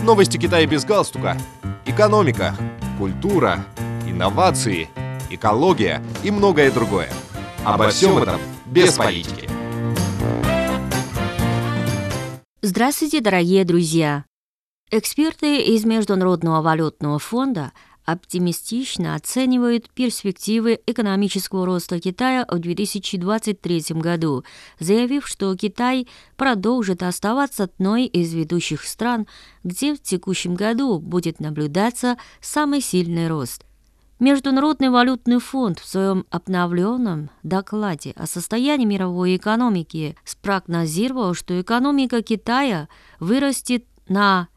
Новости Китая без галстука. Экономика, культура, инновации, экология и многое другое. Обо всем этом без политики. Здравствуйте, дорогие друзья! Эксперты из Международного валютного фонда оптимистично оценивают перспективы экономического роста Китая в 2023 году, заявив, что Китай продолжит оставаться одной из ведущих стран, где в текущем году будет наблюдаться самый сильный рост. Международный валютный фонд в своем обновленном докладе о состоянии мировой экономики спрогнозировал, что экономика Китая вырастет на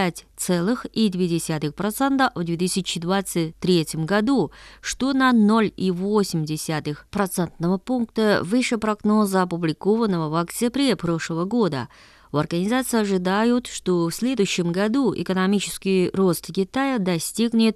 5,2% в 2023 году, что на 0,8% пункта выше прогноза, опубликованного в октябре прошлого года. В организации ожидают, что в следующем году экономический рост Китая достигнет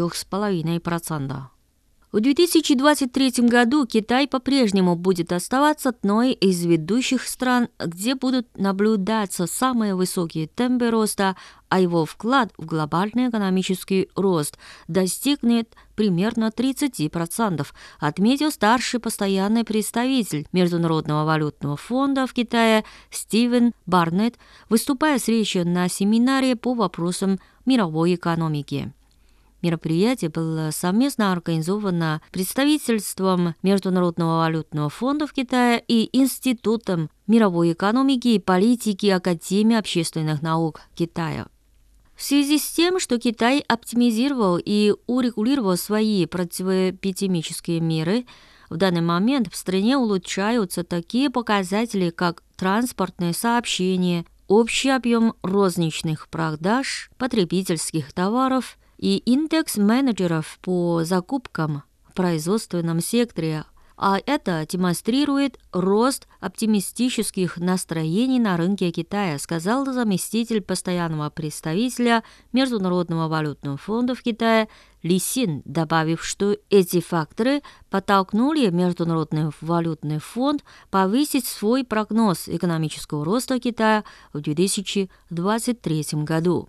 4,5%. В 2023 году Китай по-прежнему будет оставаться одной из ведущих стран, где будут наблюдаться самые высокие темпы роста, а его вклад в глобальный экономический рост достигнет примерно 30%, отметил старший постоянный представитель Международного валютного фонда в Китае Стивен Барнетт, выступая с речью на семинаре по вопросам мировой экономики. Мероприятие было совместно организовано представительством Международного валютного фонда в Китае и Институтом мировой экономики и политики Академии общественных наук Китая. В связи с тем, что Китай оптимизировал и урегулировал свои противоэпидемические меры, в данный момент в стране улучшаются такие показатели, как транспортные сообщения, общий объем розничных продаж потребительских товаров и индекс менеджеров по закупкам в производственном секторе, а это демонстрирует рост оптимистических настроений на рынке Китая, сказал заместитель постоянного представителя Международного валютного фонда в Китае Ли Син, добавив, что эти факторы подтолкнули Международный валютный фонд повысить свой прогноз экономического роста Китая в 2023 году.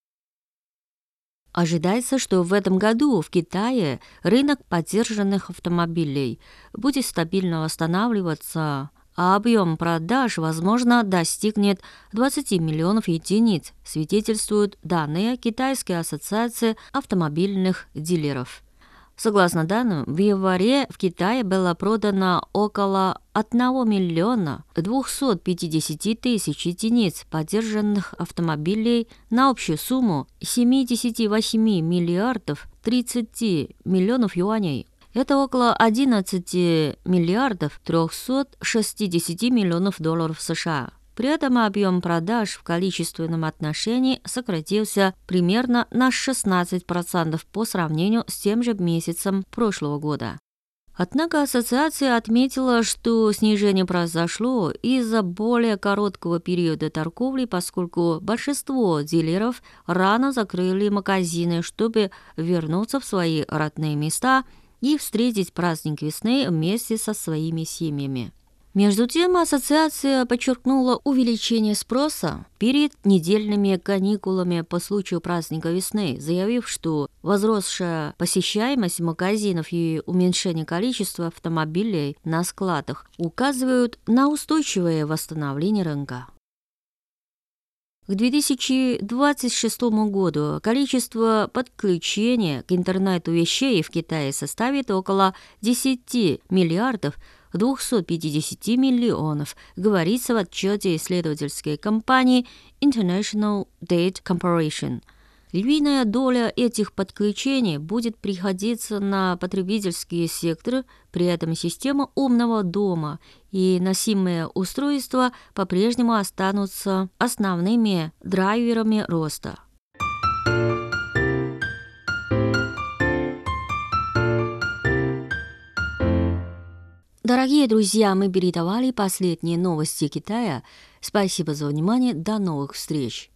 Ожидается, что в этом году в Китае рынок подержанных автомобилей будет стабильно восстанавливаться, а объем продаж, возможно, достигнет 20 миллионов единиц, свидетельствуют данные Китайской ассоциации автомобильных дилеров. Согласно данным, в январе в Китае было продано около 1 миллиона 250 тысяч единиц подержанных автомобилей на общую сумму 78 миллиардов 30 миллионов юаней. Это около 11 миллиардов 360 миллионов долларов США. При этом объем продаж в количественном отношении сократился примерно на 16% по сравнению с тем же месяцем прошлого года. Однако ассоциация отметила, что снижение произошло из-за более короткого периода торговли, поскольку большинство дилеров рано закрыли магазины, чтобы вернуться в свои родные места и встретить праздник весны вместе со своими семьями. Между тем, ассоциация подчеркнула увеличение спроса перед недельными каникулами по случаю праздника весны, заявив, что возросшая посещаемость магазинов и уменьшение количества автомобилей на складах указывают на устойчивое восстановление рынка. К 2026 году количество подключения к интернету вещей в Китае составит около 10 миллиардов 250 миллионов, говорится в отчете исследовательской компании International Data Corporation. Львиная доля этих подключений будет приходиться на потребительский сектор, при этом система умного дома и носимые устройства по-прежнему останутся основными драйверами роста. Дорогие друзья, мы передавали последние новости Китая. Спасибо за внимание. До новых встреч!